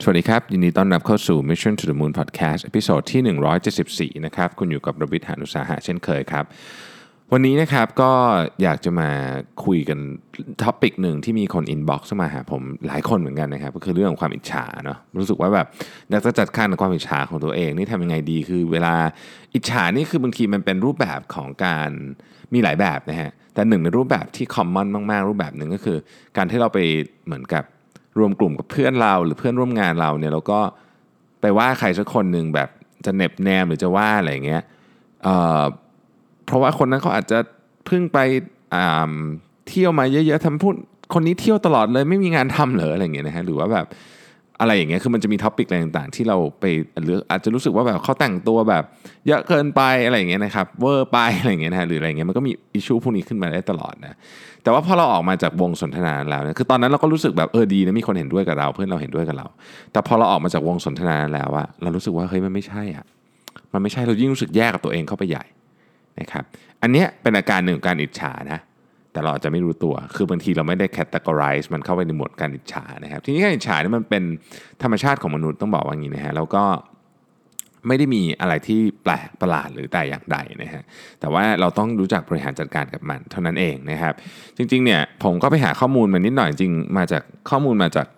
วัสดีครับยินดีต้อนรับเข้าสู่ Mission to the Moon Podcast ตอนที่174นะครับคุณอยู่กับรวิทย์ หาญอุตสาหะเช่นเคยครับวันนี้นะครับก็อยากจะมาคุยกันท็อปิกหนึ่งที่มีคนอินบ็อกซ์มาหาผมหลายคนเหมือนกันนะครับก็คือเรื่องของความอิจฉาเนาะรู้สึกว่าแบบอยากจะจัดการกับความอิจฉาของตัวเองนี่ทำยังไงดีคือเวลาอิจฉานี่คือบางทีมันเป็นรูปแบบของการมีหลายแบบนะฮะแต่หนึ่งในรูปแบบที่คอมมอนมากๆรูปแบบหนึ่งก็คือการที่เราไปเหมือนกับรวมกลุ่มกับเพื่อนเราหรือเพื่อนร่วมงานเราเนี่ยเราก็ไปว่าใครสักคนหนึ่งแบบจะเหน็บแนมหรือจะว่าอะไรอย่างเงี้ยเพราะว่าคนนั้นเขาอาจจะเพิ่งไปเที่ยวมาเยอะๆทำพูดคนนี้เที่ยวตลอดเลยไม่มีงานทำเหรออะไรอย่างเงี้ยนะฮะหรือว่าแบบอะไรอย่างเงี้ยคือมันจะมีท็อปิกอะไรต่างๆที่เราไปหรืออาจจะรู้สึกว่าแบบเขาแต่งตัวแบบเยอะเกินไปอะไรอย่างเงี้ยนะครับเวอร์ไปอะไรอย่างเงี้ยนะหรืออะไรอย่างเงี้ยมันก็มีอิชชูพวกนี้ขึ้นมาได้ตลอดนะแต่ว่าพอเราออกมาจากวงสนทนาแล้วเนี่ยคือตอนนั้นเราก็รู้สึกแบบดีนะมีคนเห็นด้วยกับเราเพื่อนเราเห็นด้วยกับเราแต่พอเราออกมาจากวงสนทนาแล้วอะเรารู้สึกว่าเฮ้ยมันไม่ใช่อะมันไม่ใช่เรายิ่งรู้สึกแย่กับตัวเองเข้าไปใหญ่นะครับอันเนี้ยเป็นอาการหนึ่งของการอิจฉานะแต่เราอาจจะไม่รู้ตัวคือบางทีเราไม่ได้ categorize มันเข้าไปในหมวดการอิจฉานะครับทีนี้การอิจฉานี่มันเป็นธรรมชาติของมนุษย์ต้องบอกว่าอย่างนี้นะฮะแล้วก็ไม่ได้มีอะไรที่แปลกประหลาดหรือแต่อย่างใดนะฮะแต่ว่าเราต้องรู้จักบริหารจัดการกับมันเท่านั้นเองนะครับจริงๆเนี่ยผมก็ไปหาข้อมูลมานิดหน่อยจริงมาจากข้อมูลมาจาก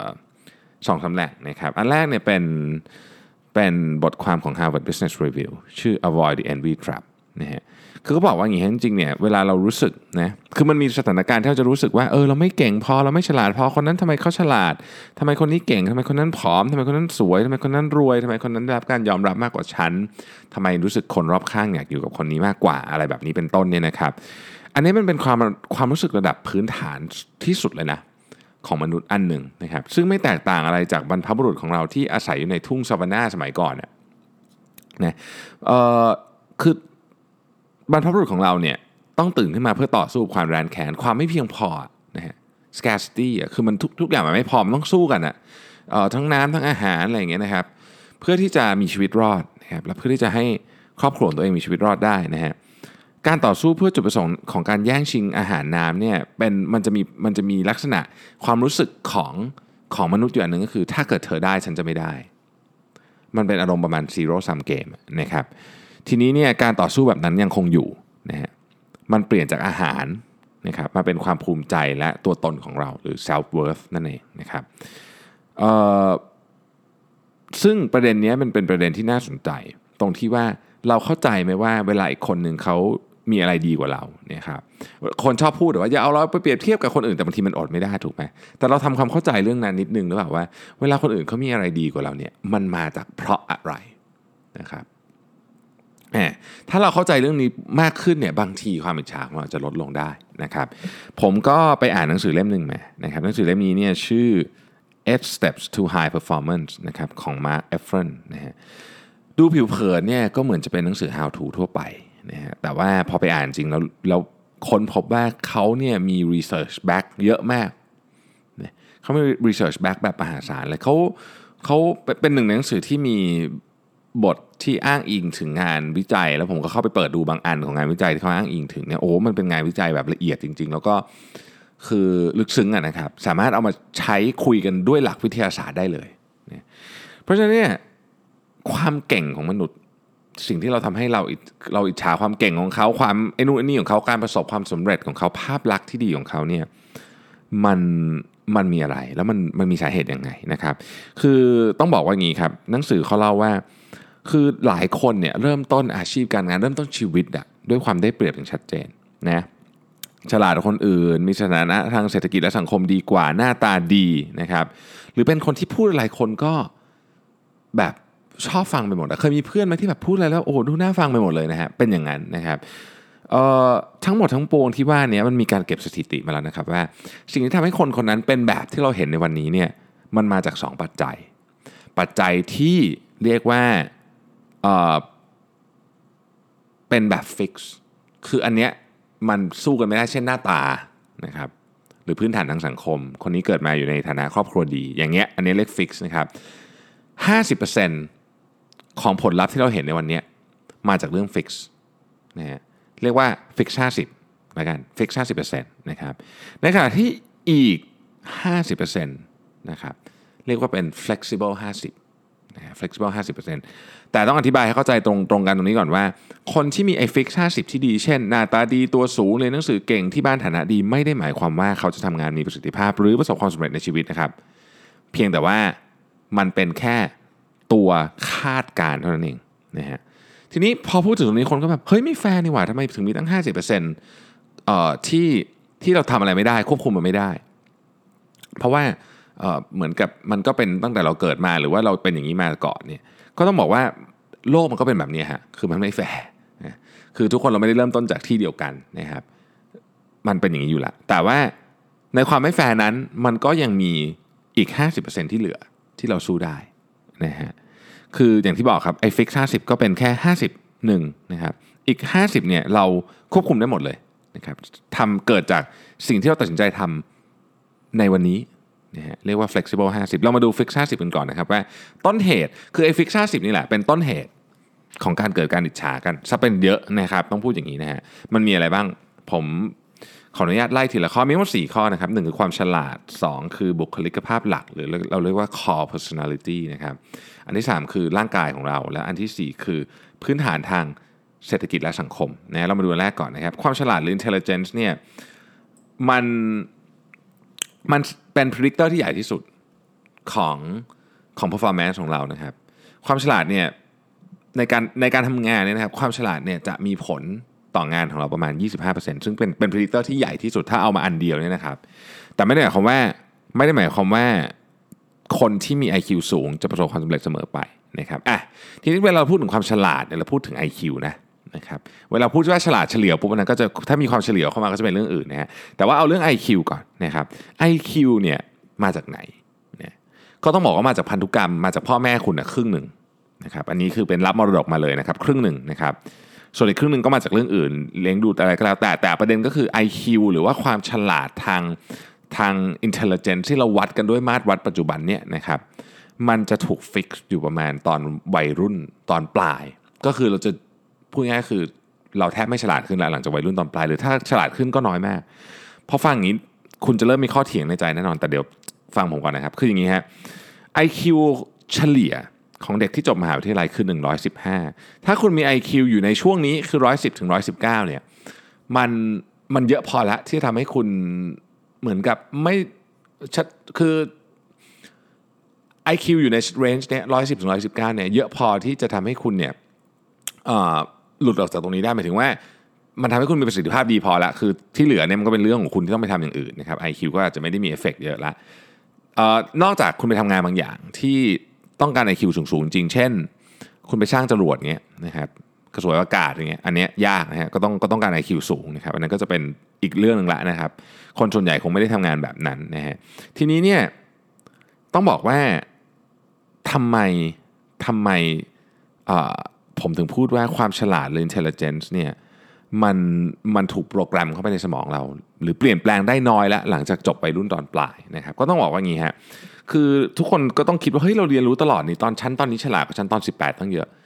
2-3 แหล่งนะครับอันแรกเนี่ยเป็นบทความของ Harvard Business Review ชื่อ Avoid the Envy Trap นะฮะคือเขาบอกว่าอย่างนี้จริงๆเนี่ยเวลาเรารู้สึกนะคือมันมีสถานการณ์ที่เราจะรู้สึกว่าเราไม่เก่งพอเราไม่ฉลาดพอคนนั้นทำไมเขาฉลาดทำไมคนนี้เก่งทำไมคนนั้นผอมทำไมคนนั้นสวยทำไมคนนั้นรวยทำไมคนนั้นได้รับการยอมรับมากกว่าฉันทำไมรู้สึกคนรอบข้างอยากอยู่กับคนนี้มากกว่าอะไรแบบนี้เป็นต้นเนี่ยนะครับอันนี้มันเป็นความรู้สึกระดับพื้นฐานที่สุดเลยนะของมนุษย์อันหนึ่งนะครับซึ่งไม่แตกต่างอะไรจากบรรพบุรุษของเราที่อาศัยอยู่ในทุ่งซาวานาสมัยก่อนนะคือบรรพบุรุษของเราเนี่ยต้องตื่นขึ้นมาเพื่อต่อสู้ความแร้นแค้นความไม่เพียงพอนะฮะ scarcity คือมันทุกอย่างมันไม่พอมันต้องสู้กันทั้งน้ำทั้งอาหารอะไรอย่างเงี้ยนะครับเพื่อที่จะมีชีวิตรอดนะครับและเพื่อที่จะให้ครอบครัวตัวเองมีชีวิตรอดได้นะฮะการต่อสู้เพื่อจุดประสงค์ของการแย่งชิงอาหารน้ำเนี่ยมันจะมีลักษณะความรู้สึกของมนุษย์อยู่อันหนึ่งก็คือถ้าเกิดเธอได้ฉันจะไม่ได้มันเป็นอารมณ์ประมาณ zero sum game นะครับทีนี้เนี่ยการต่อสู้แบบนั้นยังคงอยู่นะฮะมันเปลี่ยนจากอาหารนะครับมาเป็นความภูมิใจและตัวตนของเราหรือ self worth นั่นเองนะครับซึ่งประเด็นนี้มันเป็นประเด็นที่น่าสนใจตรงที่ว่าเราเข้าใจไหมว่าเวลาอีกคนหนึ่งเขามีอะไรดีกว่าเราเนี่ยครับคนชอบพูดว่าอย่าเอาเราไปเปรียบเทียบกับคนอื่นแต่บางทีมันอดไม่ได้ถูกไหมแต่เราทำความเข้าใจเรื่องนั้นนิดนึงหรือเปล่าว่าเวลาคนอื่นเขามีอะไรดีกว่าเราเนี่ยมันมาจากเพราะอะไรนะครับถ้าเราเข้าใจเรื่องนี้มากขึ้นเนี่ยบางทีความอิจฉาของเราจะลดลงได้นะครับผมก็ไปอ่านหนังสือเล่มหนึ่งมานะครับหนังสือเล่มนี้เนี่ยชื่อ 8 Steps to High Performance นะครับของ Mark Efron นะฮะดูผิวเผินเนี่ยก็เหมือนจะเป็นหนังสือ How to ทั่วไปนะฮะแต่ว่าพอไปอ่านจริงแล้วค้นพบว่าเขาเนี่ยมี research back เยอะมากเขามี research back แบบมหาศาลเลยเขาเป็นหนึ่งในหนังสือที่มีบทที่อ้างอิงถึงงานวิจัยแล้วผมก็เข้าไปเปิดดูบางอันของงานวิจัยที่เขาอ้างอิงถึงเนี่ยมันเป็นงานวิจัยแบบละเอียดจริงๆแล้วก็คือลึกซึ้งนะครับสามารถเอามาใช้คุยกันด้วยหลักวิทยาศาสตร์ได้เลยเพราะฉะนั้นเนี่ยความเก่งของมนุษย์สิ่งที่เราทำให้เราอิจฉาความเก่งของเขาความไอ้นู่นไอ้นี่ของเขาการประสบความสำเร็จของเขาภาพลักษณ์ที่ดีของเขาเนี่ยมันมีอะไรแล้วมันมีสาเหตุยังไงนะครับคือต้องบอกว่าอย่างนี้ครับหนังสือเขาเล่าว่าคือหลายคนเนี่ยเริ่มต้นอาชีพการงานเริ่มต้นชีวิตด้วยความได้เปรียบอย่างชัดเจนนะฉลาดกว่าคนอื่นมีสถานะทางเศรษฐกิจและสังคมดีกว่าหน้าตาดีนะครับหรือเป็นคนที่พูดอะไรคนก็แบบชอบฟังไปหมดเคยมีเพื่อนไหมที่แบบพูดอะไรแล้วดูน่าฟังไปหมดเลยนะฮะเป็นอย่างนั้นนะครับทั้งหมดทั้งปวงที่ว่านี้มันมีการเก็บสถิติมาแล้วนะครับว่าสิ่งที่ทำให้คนคนนั้นเป็นแบบที่เราเห็นในวันนี้เนี่ยมันมาจาก2ปัจจัยที่เรียกว่าเป็นแบบฟิกซ์คืออันเนี้ยมันสู้กันไม่ได้เช่นหน้าตานะครับหรือพื้นฐานทางสังคมคนนี้เกิดมาอยู่ในฐานะครอบครัวดีอย่างเงี้ยอันนี้เรียกฟิกซ์นะครับ50% ของผลลัพธ์ที่เราเห็นในวันนี้มาจากเรื่องฟิกซ์นะฮะเรียกว่าฟิกซ์50แล้วกันฟิกซ์50%นะครับในขณะที่อีก50%นะครับเรียกว่าเป็น flexible 50นะ flexible 50%แต่ต้องอธิบายให้เข้าใจตรงกันตรงนี้ก่อนว่าคนที่มีไอ้ fix 50ที่ดีเช่นหน้าตาดีตัวสูงเรียนหนังสือเก่งที่บ้านฐานะดีไม่ได้หมายความว่าเขาจะทำงานมีประสิทธิภาพหรือประสบความสำเร็จในชีวิตนะครับเพียงแต่ว่ามันเป็นแค่ตัวคาดการณ์เท่านั้นเองนะฮะทีนี้พอพูดถึงตรงนี้คนก็แบบเฮ้ยไม่แฟร์นี่หว่าทำไมถึงมีตั้ง 50%ที่เราทำอะไรไม่ได้ควบคุมมันไม่ได้เพราะว่าเหมือนกับมันก็เป็นตั้งแต่เราเกิดมาหรือว่าเราเป็นอย่างนี้มาก่อนเนี่ยก็ต้องบอกว่าโลกมันก็เป็นแบบนี้ฮะคือมันไม่แฟร์นะคือทุกคนเราไม่ได้เริ่มต้นจากที่เดียวกันนะครับมันเป็นอย่างนี้อยู่แล้วแต่ว่าในความไม่แฟร์นั้นมันก็ยังมีอีก 50% ที่เหลือที่เราสู้ได้นะฮะคืออย่างที่บอกครับไอ้ฟิก50ก็เป็นแค่51นะครับอีก50เนี่ยเราควบคุมได้หมดเลยนะครับเกิดจากสิ่งที่เราตัดสินใจทำในวันนี้นะฮะเรียกว่า flexible 50เรามาดู fix 50กันก่อนนะครับว่าต้นเหตุคือไอ้ fix 50นี่แหละเป็นต้นเหตุของการเกิดการอิจฉากันซะเป็นเยอะนะครับต้องพูดอย่างนี้นะฮะมันมีอะไรบ้างผมขออนุญาตไล่ทีละข้อมีทั้งหมด4ข้อนะครับ1คือความฉลาด2คือบุคลิกภาพหลักหรือเราเรียกว่า core personality นะครับอันที่3คือร่างกายของเราและอันที่4คือพื้นฐานทางเศรษฐกิจและสังคมนะเรามาดูอันแรกก่อนนะครับความฉลาดหรือ intelligence เนี่ยมันเป็น predictor ที่ใหญ่ที่สุดของ performance ของเรานะครับความฉลาดเนี่ยในการทำงานเนี่ยนะครับความฉลาดเนี่ยจะมีผลต่องานของเราประมาณ 25% ซึ่งเป็น predictor ที่ใหญ่ที่สุดถ้าเอามาอันเดียวเนี่ยนะครับแต่ไม่ได้หมายความว่าคนที่มี IQ สูงจะประสบความสำเร็จเสมอไปนะครับทีนี้เวลาเราพูดถึงความฉลาดเนี่ยเราพูดถึง IQ นะครับเวลาพูดว่าฉลาดเฉลียวปุ๊บนั้นก็จะถ้ามีความเฉลียวเข้ามาก็จะเป็นเรื่องอื่นนะฮะแต่ว่าเอาเรื่อง IQ ก่อนนะครับ IQ เนี่ยมาจากไหนเนี่ยก็ต้องบอกว่ามาจากพันธุกรรมมาจากพ่อแม่คุณครึ่งหนึ่งนะครับอันนี้คือเป็นรับมรดกมาเลยนะครับครึ่งหนึ่งนะครับส่วนอีกครึ่งหนึ่งก็มาจากเรื่องอื่นเลี้ยงดูอะไรก็แล้วแต่ประเด็นก็คือ IQ หรือว่าความฉลาดทาง intelligence ที่เราวัดกันด้วยมาตรวัดปัจจุบันเนี่ยนะครับมันจะถูกฟิกซ์อยู่ประมาณตอนวัยรุ่นตอนปลายก็คือเราจะพูดง่ายๆคือเราแทบไม่ฉลาดขึ้นแล้วหลังจากวัยรุ่นตอนปลายหรือถ้าฉลาดขึ้นก็น้อยมากพอฟังอย่างนี้คุณจะเริ่มมีข้อเถียงในใจแน่นอนแต่เดี๋ยวฟังผมก่อนนะครับคืออย่างนี้ฮะ IQ เฉลี่ยของเด็กที่จบมหาวิทยาลัยคือ115ถ้าคุณมี IQ อยู่ในช่วงนี้คือ110ถึง119เนี่ยมันเยอะพอแล้วที่ทำให้คุณเหมือนกับไม่คือ IQ อยู่ในเรนจ์เนี่ย110ถึง119เนี่ยเยอะพอที่จะทำให้คุณเนี่ยหลุดออกจากตรงนี้ได้หมายถึงว่ามันทำให้คุณมีประสิทธิภาพดีพอละคือที่เหลือเนี่ยมันก็เป็นเรื่องของคุณที่ต้องไปทำอย่างอื่นนะครับ IQ ก็อาจจะไม่ได้มีเอฟเฟกต์เยอะละนอกจากคุณไปทำงานบางอย่างที่ต้องการ IQ สูงๆจริงเช่นคุณไปสร้างจรวดเงี้ยนะครับกระสวยอากาศอย่างเงี้ยอันเนี้ยยากนะฮะก็ต้องการ IQ สูงนะครับอันนั้นก็จะเป็นอีกเรื่องนึงละนะครับคนส่วนใหญ่คงไม่ได้ทำงานแบบนั้นนะฮะทีนี้เนี่ยต้องบอกว่าทำไมผมถึงพูดว่าความฉลาดหรือ intelligence เนี่ยมันถูกโปรแกรมเข้าไปในสมองเราหรือเปลี่ยนแปลงได้น้อยแล้วหลังจากจบไปรุ่นตอนปลายนะครับก็ต้องบอกว่างี้ฮะคือทุกคนก็ต้องคิดว่าเฮ้ยเราเรียนรู้ตลอดนี่ตอนนี้ฉลาดกว่าฉันตอน18ตั้งเยอะ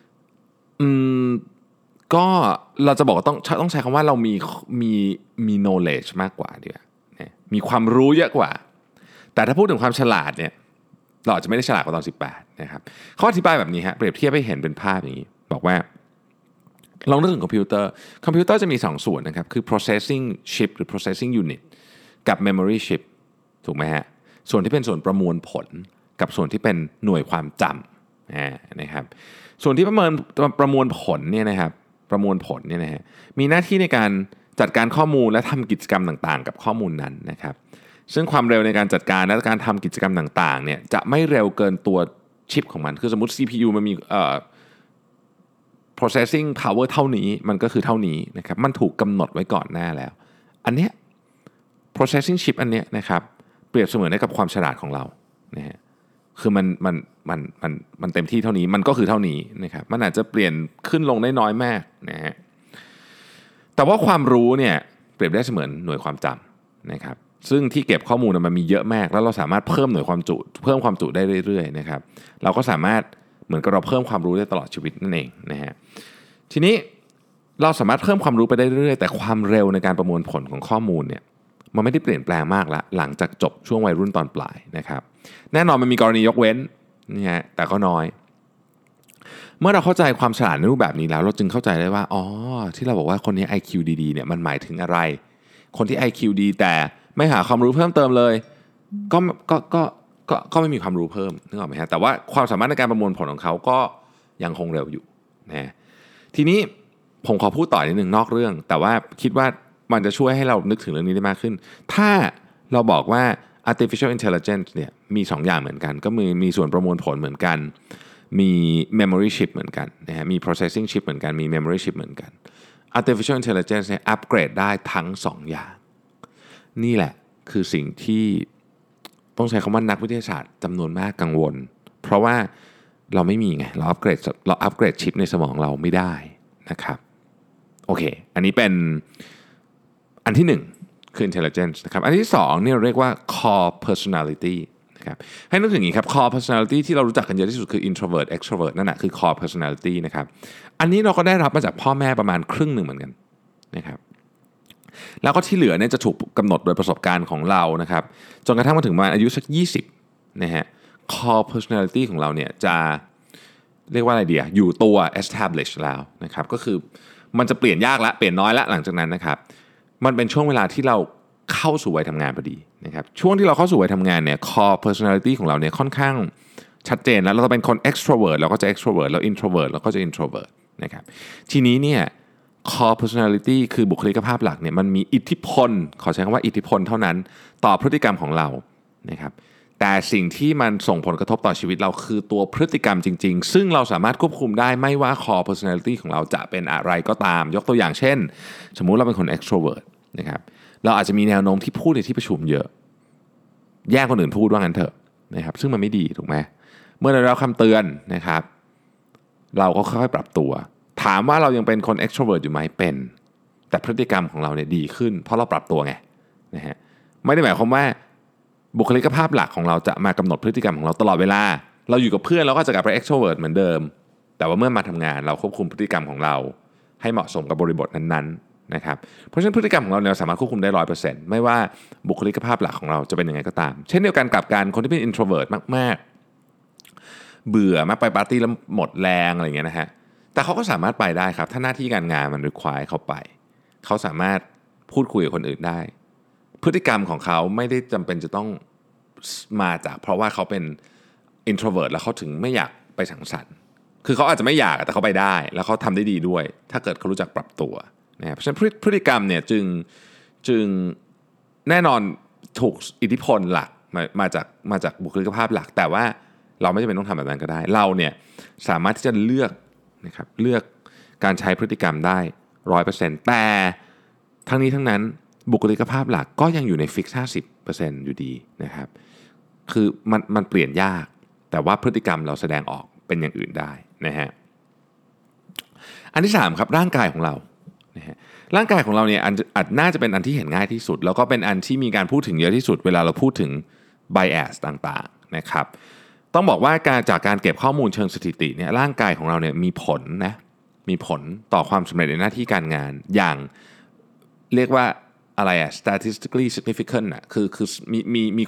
ก็เราจะบอกว่าต้องใช้คำว่าเรามี knowledge มากกว่าดีกว่ามีความรู้เยอะกว่าแต่ถ้าพูดถึงความฉลาดเนี่ยเราอาจจะไม่ได้ฉลาดกว่าตอน18นะครับเขาอธิบายแบบนี้ฮะเปรียบเทียบให้เห็นเป็นภาพอย่างนี้บอกว่าลองนึกถึงคอมพิวเตอร์จะมี2ส่วนนะครับคือ processing chip หรือ processing unit กับ memory chip ถูกไหมฮะส่วนที่เป็นส่วนประมวลผลกับส่วนที่เป็นหน่วยความจำนะครับส่วนที่ประมวลผลเนี่ยนะครับมีหน้าที่ในการจัดการข้อมูลและทำกิจกรรมต่างๆกับข้อมูลนั้นนะครับซึ่งความเร็วในการจัดการและการทำกิจกรรมต่างๆเนี่ยจะไม่เร็วเกินตัวชิปของมันคือสมมุติ CPU มันมีprocessing power เท่านี้มันก็คือเท่านี้นะครับมันถูกกำหนดไว้ก่อนหน้าแล้วอันเนี้ย processing chip อันเนี้ยนะครับเปรียบเสมือนได้กับความฉลาดของเรานะฮะคือมันเต็มที่เท่านี้มันก็คือเท่านี้นะครับมันอาจจะเปลี่ยนขึ้นลงได้น้อยมากนะฮะแต่ว่าความรู้เนี่ยเปรียบได้เสมือนหน่วยความจำนะครับซึ่งที่เก็บข้อมูลมันมีเยอะมากแล้วเราสามารถเพิ่มหน่วยความจุได้เรื่อยๆนะครับเราก็สามารถเหมือนกับเราเพิ่มความรู้ได้ตลอดชีวิตนั่นเองนะฮะทีนี้เราสามารถเพิ่มความรู้ไปได้เรื่อยๆแต่ความเร็วในการประมวลผลของข้อมูลเนี่ยมันไม่ได้เปลี่ยนแปลงมากละหลังจากจบช่วงวัยรุ่นตอนปลายนะครับแน่นอนมันมีกรณียกเว้นนี่ฮะแต่ก็น้อยเมื่อเราเข้าใจความฉลาดในรูปแบบนี้แล้วเราจึงเข้าใจได้ว่าอ๋อที่เราบอกว่าคนนี้ IQ ดีๆเนี่ยมันหมายถึงอะไรคนที่ IQ ดีแต่ไม่หาความรู้เพิ่มเติมเลยก็ก็ก็ก็ไม่มีความรู้เพิ่มนึกออกไหมฮะแต่ว่าความสามารถในการประมวลผลของเขาก็ยังคงเร็วอยู่นะทีนี้ผมขอพูดต่อนิดนึงนอกเรื่องแต่ว่าคิดว่ามันจะช่วยให้เรานึกถึงเรื่องนี้ได้มากขึ้นถ้าเราบอกว่า artificial intelligence เนี่ยมี2 อย่างเหมือนกันก็มีส่วนประมวลผลเหมือนกันมี memory chip เหมือนกันนะฮะมี processing chip เหมือนกันมี memory chip เหมือนกัน artificial intelligence เนี่ยอัปเกรดได้ทั้ง2 อย่างนี่แหละคือสิ่งที่ต้องใช้คำว่านักวิทยาศาสตร์จำนวนมากกังวลเพราะว่าเราไม่มีไงเราอัปเกรดชิปในสมองเราไม่ได้นะครับโอเคอันนี้เป็นอันที่1คือ intelligence นะครับอันที่2เนี่ยเรียกว่า core personality นะครับให้นึกถึงอย่างนี้ครับ core personality ที่เรารู้จักกันเยอะที่สุดคือ introvert extrovert นั่นแหะคือ core personality นะครับอันนี้เราก็ได้รับมาจากพ่อแม่ประมาณครึ่งหนึ่งเหมือนกันนะครับแล้วก็ที่เหลือเนี่ยจะถูกกำหนดโดยประสบการณ์ของเรานะครับจนกระทั่งมาถึงประมาณอายุสัก20นะฮะ core personality ของเราเนี่ยจะเรียกว่าอะไรดีอยู่ตัว establish แล้วนะครับก็คือมันจะเปลี่ยนยากละเปลี่ยนน้อยละหลังจากนั้นนะครับมันเป็นช่วงเวลาที่เราเข้าสู่วัยทำงานพอดีนะครับช่วงที่เราเข้าสู่วัยทำงานเนี่ย core personality ของเราเนี่ยค่อนข้างชัดเจนแล้วเราจะเป็นคน extrovert เราก็จะ extrovert แล้ว introvert เราก็จะ introvert นะครับทีนี้เนี่ย core personality คือบุคลิกภาพหลักเนี่ยมันมีอิทธิพลขอใช้คำว่าอิทธิพลเท่านั้นต่อพฤติกรรมของเรานะครับแต่สิ่งที่มันส่งผลกระทบต่อชีวิตเราคือตัวพฤติกรรมจริงๆซึ่งเราสามารถควบคุมได้ไม่ว่า core personality ของเราจะเป็นอะไรก็ตามยกตัวอย่างเช่นสมมุติเราเป็นคน extrovert นะครับเราอาจจะมีแนวโน้มที่พูดในที่ประชุมเยอะแย่งคนอื่นพูดว่างั้นเถอะนะครับซึ่งมันไม่ดีถูกไหมเมื่อเราได้รับคำเตือนนะครับเราก็ค่อยๆปรับตัวถามว่าเรายังเป็นคน extrovert อยู่ไหมเป็นแต่พฤติกรรมของเราเนี่ยดีขึ้นเพราะเราปรับตัวไงนะฮะไม่ได้หมายความว่าบุคลิกภาพหลักของเราจะมากำหนดพฤติกรรมของเราตลอดเวลาเราอยู่กับเพื่อนเราก็จะกลับไป extrovert เหมือนเดิมแต่ว่าเมื่อมาทำงานเราควบคุมพฤติกรรมของเราให้เหมาะสมกับบริบทนั้นๆนะครับเพราะฉะนั้นพฤติกรรมของเราเนี่ยสามารถควบคุมได้ 100% ไม่ว่าบุคลิกภาพหลักของเราจะเป็นยังไงก็ตามเช่นเดียวกันกับการคนที่เป็น introvert มากๆเบื่อมากไปปาร์ตี้แล้วหมดแรงอะไรอย่างเงี้ยนะฮะแต่เขาก็สามารถไปได้ครับถ้าหน้าที่การงานมัน require เขาไปเขาสามารถพูดคุยกับคนอื่นได้พฤติกรรมของเขาไม่ได้จำเป็นจะต้องมาจากเพราะว่าเขาเป็น introvert แล้วเขาถึงไม่อยากไปสังสรรค์คือเขาอาจจะไม่อยากแต่เขาไปได้แล้วเขาทำได้ดีด้วยถ้าเกิดเขารู้จักปรับตัวนะเพราะฉะนั้นพฤติกรรมเนี่ยจึงแน่นอนถูกอิทธิพลหลักมาจากบุคลิกภาพหลักแต่ว่าเราไม่จำเป็นต้องทำแบบนั้นก็ได้เราเนี่ยสามารถที่จะเลือกนะครับเลือกการใช้พฤติกรรมได้ 100% แต่ทั้งนี้ทั้งนั้นบุคลิกภาพหลักก็ยังอยู่ในฟิกซ์ 50% อยู่ดีนะครับคือมันเปลี่ยนยากแต่ว่าพฤติกรรมเราแสดงออกเป็นอย่างอื่นได้นะฮะอันที่3ครับร่างกายของเรานะฮะร่างกายของเราเนี่ยอาจน่าจะเป็นอันที่เห็นง่ายที่สุดแล้วก็เป็นอันที่มีการพูดถึงเยอะที่สุดเวลาเราพูดถึง bias ต่างๆนะครับต้องบอกว่าจากการเก็บข้อมูลเชิงสถิติเนี่ยร่างกายของเราเนี่ยมีผลต่อความสำเร็จในหน้าที่การงานอย่างเรียกว่าอะไรstatistically significant คือมี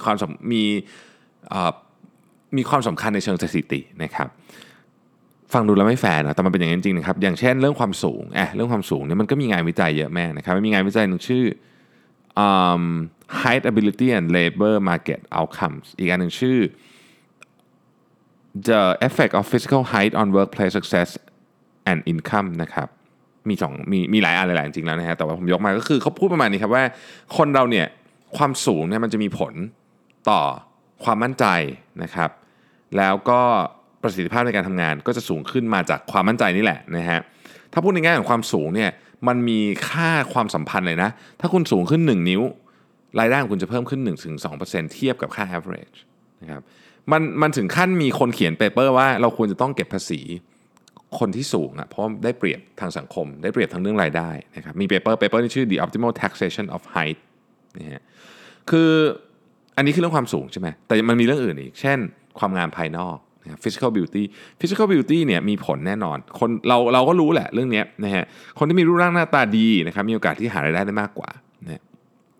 ความสำคัญในเชิงสถิตินะครับฟังดูแล้วไม่แฟร์นะแต่มันเป็นอย่างนั้นจริงๆนะครับอย่างเช่นเรื่องความสูงเรื่องความสูงเนี่ยมันก็มีงานวิจัยเยอะแม่นะครับมีงานวิจัยหนึ่งชื่อheight ability and labor market outcomes อีกอันหนึ่งชื่อ the effect of physical height on workplace success and income นะครับมีหลายอันหลายจริงๆแล้วนะฮะแต่ว่าผมยกมาก็คือเขาพูดประมาณนี้ครับว่าคนเราเนี่ยความสูงเนี่ยมันจะมีผลต่อความมั่นใจนะครับแล้วก็ประสิทธิภาพในการทำงานก็จะสูงขึ้นมาจากความมั่นใจนี่แหละนะฮะถ้าพูดในแง่ของความสูงเนี่ยมันมีค่าความสัมพันธ์เลยนะถ้าคุณสูงขึ้น1นิ้วรายได้ของคุณจะเพิ่มขึ้น 1-2% เทียบกับค่า average นะครับมันถึงขั้นมีคนเขียนเปเปอร์ว่าเราควรจะต้องเก็บภาษีคนที่สูงเพราะได้เปรียบทางสังคมได้เปรียบทางเรื่องรายได้นะครับมีเปเปอร์นี่ชื่อ The Optimal Taxation of Height นะฮะคืออันนี้คือเรื่องความสูงใช่ไหมแต่มันมีเรื่องอื่นอีกเช่นความงามภายนอกphysical beauty เนี่ยมีผลแน่นอนคนเราก็รู้แหละเรื่องนี้นะฮะคนที่มีรูปร่างหน้าตาดีนะครับมีโอกาสที่หารายได้ได้มากกว่านะ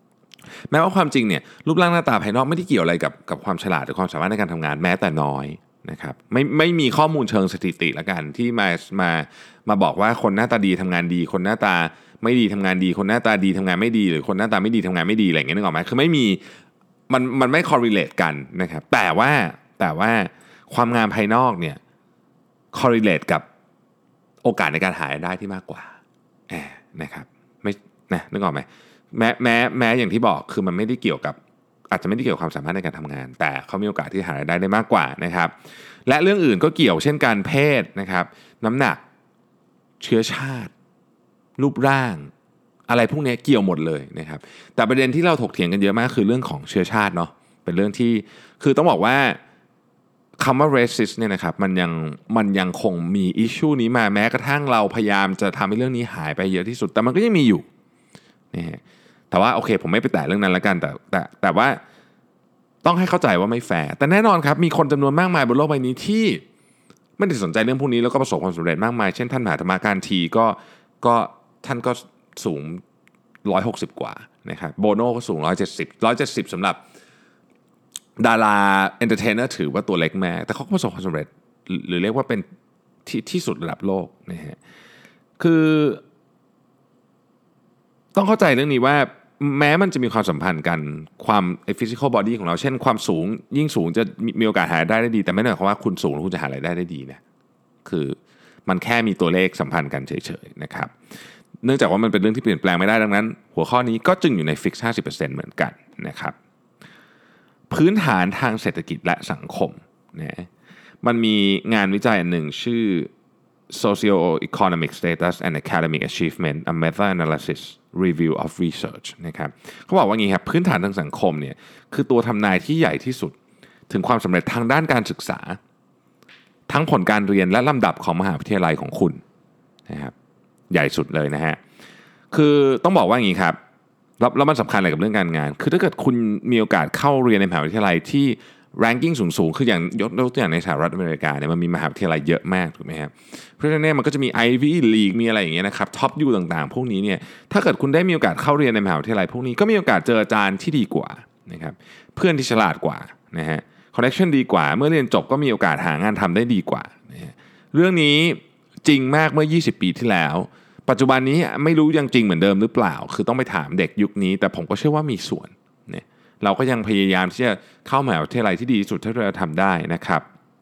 แม้ว่าความจริงเนี่ยรูปร่างหน้าตาภายนอกไม่ได้เกี่ยวอะไรกับความฉลาดหรือความสามารถในการทำงานแม้แต่น้อยนะครับไม่มีข้อมูลเชิงสถิติละกันที่มาบอกว่าคนหน้าตาดีทำงานดีคนหน้าตาไม่ดีทำงานดีคนหน้าตาดีทำงานไม่ดีหรือคนหน้าตาไม่ดีทำงานไม่ดีอะไรอย่างเงี้ยนึกออกไหมคือไม่มีมันไม่ correlate กันนะครับแต่ว่าความงามภายนอกเนี่ย correlate กับโอกาสในการหารายได้ที่มากกว่านะครับไม่นะนึกออกไหมแม้อย่างที่บอกคือมันไม่ได้เกี่ยวกับอาจจะไม่ได้เกี่ยวกับความสามารถในการทำงานแต่เขามีโอกาสที่หารายได้ได้มากกว่านะครับและเรื่องอื่นก็เกี่ยวเช่นการเพศนะครับน้ำหนักเชื้อชาติรูปร่างอะไรพวกนี้เกี่ยวหมดเลยนะครับแต่ประเด็นที่เราถกเถียงกันเยอะมากคือเรื่องของเชื้อชาติเนาะเป็นเรื่องที่คือต้องบอกว่าคำว่า racist เนี่ยนะครับมันยังคงมี issue นี้มาแม้กระทั่งเราพยายามจะทำให้เรื่องนี้หายไปเยอะที่สุดแต่มันก็ยังมีอยู่นะฮะแต่ว่าโอเคผมไม่ไปแตะเรื่องนั้นแล้วกันแต่ว่าต้องให้เข้าใจว่าไม่แฟร์แต่แน่นอนครับมีคนจำนวนมากมายบนโลกใบนี้ที่ไม่ได้สนใจเรื่องพวกนี้แล้วก็ประสบความสำเร็จมากมายเช่นท่านมหาธรรมาการทีก็ท่านก็สูง160กว่านะครับโบโน่ก็สูง170สำหรับดาราเอนเตอร์เทนเนอร์ถือว่าตัวเล็กแม่แต่เขาก็ประสบความสำเร็จหรือเรียกว่าเป็นที่สุดระดับโลกนะฮะคือต้องเข้าใจเรื่องนี้ว่าแม้มันจะมีความสัมพันธ์กันความphysical body ของเราเช่นความสูงยิ่งสูงจะมีโอกาสหารายได้ดีแต่ไม่ได้หมายความว่าคุณสูงแล้วคุณจะหารายได้ดีนะคือมันแค่มีตัวเลขสัมพันธ์กันเฉยๆนะครับเนื่องจากว่ามันเป็นเรื่องที่เปลี่ยนแปลงไม่ได้ดังนั้นหัวข้อนี้ก็จึงอยู่ใน Fix 50% เหมือนกันนะครับพื้นฐานทางเศรษฐกิจและสังคมนะมันมีงานวิจัยอันหนึ่งชื่อ Socio-economic status and academic achievement a meta-analysis review of research นะครับเขาบอกว่างี้ครับพื้นฐานทางสังคมเนี่ยคือตัวทำนายที่ใหญ่ที่สุดถึงความสำเร็จทางด้านการศึกษาทั้งผลการเรียนและลำดับของมหาวิทยาลัยของคุณนะครับใหญ่สุดเลยนะฮะคือต้องบอกว่าอย่างนี้ครับแล้วมันสำคัญอะไรกับเรื่องการงานคือถ้าเกิดคุณมีโอกาสเข้าเรียนในมหาวิทยาลัยที่ ranking สูงๆคืออย่างยกตัวอย่างในสหรัฐอเมริกาเนี่ยมันมีมหาวิทยาลัยเยอะมากถูกไหมครับเพราะฉะนั้นเนี่ยมันก็จะมี Ivy League มีอะไรอย่างเงี้ยนะครับ Top U ต่างๆพวกนี้เนี่ยถ้าเกิดคุณได้มีโอกาสเข้าเรียนในมหาวิทยาลัยพวกนี้ก็มีโอกาสเจออาจารย์ที่ดีกว่านะครับเพื่อนที่ฉลาดกว่านะฮะ connection ดีกว่าเมื่อเรียนจบก็มีโอกาสหางานทำได้ดีกว่านะฮะเรื่องนี้จริงมากเมื่อ20ปีที่แล้วปัจจุบันนี้ไม่รู้ยังจริงเหมือนเดิมหรือเปล่าคือต้องไปถามเด็กยุคนี้แต่ผมก็เชื่อว่ามีส่วนเนี่ยเราก็ยังพยายามที่จะเข้ามหาวิทยาลัยที่ดีที่สุดเท่าที่เราทำได้นะครับ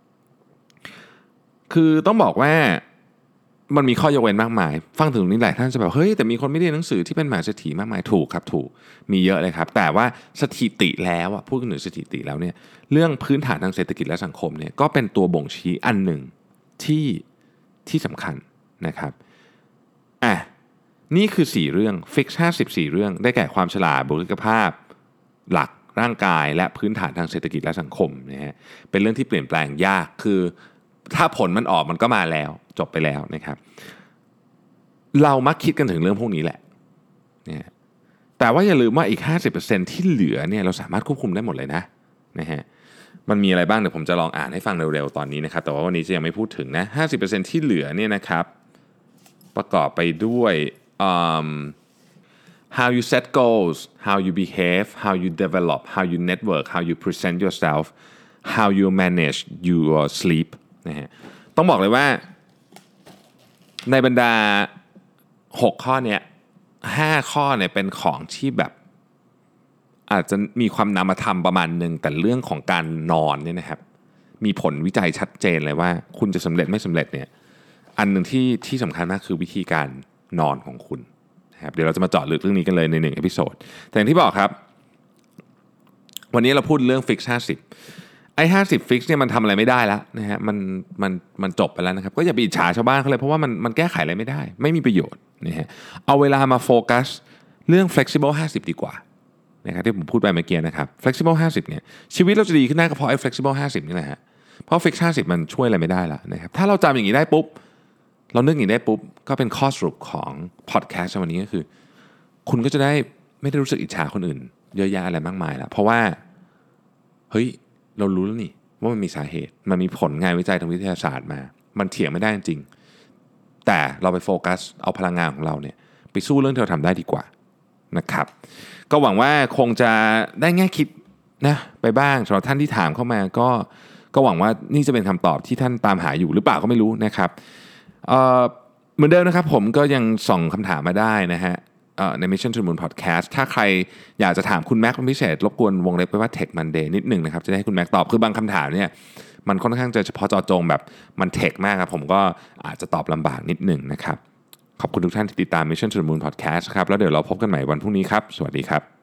คือต้องบอกว่ามันมีข้อยกเว้นมากมายฟังถึงตรงนี้หลายท่านจะแบบเฮ้ยแต่มีคนไม่เรียนหนังสือที่เป็นมหาเศรษฐีมากมายถูกครับถูกมีเยอะเลยครับแต่ว่าสถิติแล้วพูดถึงสถิติแล้วเนี่ยเรื่องพื้นฐานทางเศรษฐกิจและสังคมเนี่ยก็เป็นตัวบ่งชี้อันหนึ่งที่สำคัญนะครับนี่คือ4เรื่อง Fix 54เรื่องได้แก่ความฉลาดบุคลิกภาพหลักร่างกายและพื้นฐานทางเศรษฐกิจและสังคมนะฮะเป็นเรื่องที่เปลี่ยนแปลงยากคือถ้าผลมันออกมันก็มาแล้วจบไปแล้วนะครับเรามักคิดกันถึงเรื่องพวกนี้แหละนะแต่ว่าอย่าลืมว่าอีก 50% ที่เหลือเนี่ยเราสามารถควบคุมได้หมดเลยนะฮะมันมีอะไรบ้างเดี๋ยวผมจะลองอ่านให้ฟังเร็วๆตอนนี้นะครับแต่ว่าวันนี้จะยังไม่พูดถึงนะ 50% ที่เหลือเนี่ยนะครับประกอบไปด้วย how you set goals how you behave how you develop how you network how you present yourself how you manage your sleep นะฮะต้องบอกเลยว่าในบรรดา6ข้อเนี้ย5ข้อเนี่ยเป็นของที่แบบอาจจะมีความนามธรรมประมาณนึงแต่เรื่องของการนอนเนี่ยนะครับมีผลวิจัยชัดเจนเลยว่าคุณจะสำเร็จไม่สำเร็จเนี่ยอันนึงที่สำคัญมากคือวิธีการนอนของคุณนะครับเดี๋ยวเราจะมาเจาะลึกเรื่องนี้กันเลยใน1เอพิโซดแต่อย่างที่บอกครับวันนี้เราพูดเรื่อง Fix 50ไอ้50 Fix เนี่ยมันทำอะไรไม่ได้แล้วนะฮะมันจบไปแล้วนะครับก็อย่าไปอิจฉาชาวบ้านเขาเลยเพราะว่ามันแก้ไขอะไรไม่ได้ไม่มีประโยชน์นะฮะเอาเวลามาโฟกัสเรื่อง flexible 50ดีกว่านะครับที่ผมพูดไปเมื่อกี้นะครับ flexible 50เนี่ยชีวิตเราจะดีขึ้นได้ก็เพราะไอ้ flexible 50นี่แหละฮะเพราะ Fix 50มันช่วยอะไรไม่ได้ละนะครับถ้าเราจำอย่างนี้ได้ปุ๊บเรานึกอย่างนี้ได้ปุ๊บก็เป็นข้อสรุปของพอดแคสต์วันนี้ก็คือคุณก็จะได้ไม่ได้รู้สึกอิจฉาคนอื่นเยอะแยะอะไรมากมายแล้วเพราะว่าเฮ้ยเรารู้แล้วนี่ว่ามันมีสาเหตุมันมีผลงานวิจัยทางวิทยาศาสตร์มามันเถียงไม่ได้จริงแต่เราไปโฟกัสเอาพลังงานของเราเนี่ยไปสู้เรื่องที่เราทำได้ดีกว่านะครับก็หวังว่าคงจะได้แง่คิดนะไปบ้างสำหรับท่านที่ถามเข้ามาก็หวังว่านี่จะเป็นคำตอบที่ท่านตามหาอยู่หรือเปล่าก็ไม่รู้นะครับเหมือนเดิมนะครับผมก็ยังส่งคำถามมาได้นะฮะใน Mission to the Moon Podcast ถ้าใครอยากจะถามคุณแม็กเป็นพิเศษรบกวนวงเล็บไปว่า Tech Monday นิดหนึ่งนะครับจะได้ให้คุณแม็กตอบคือบางคำถามเนี่ยมันค่อนข้างจะเฉพาะเจาะจงแบบมันเทคมากครับผมก็อาจจะตอบลำบากนิดหนึ่งนะครับขอบคุณทุกท่านที่ติดตาม Mission to the Moon Podcast ครับแล้วเดี๋ยวเราพบกันใหม่วันพรุ่งนี้ครับสวัสดีครับ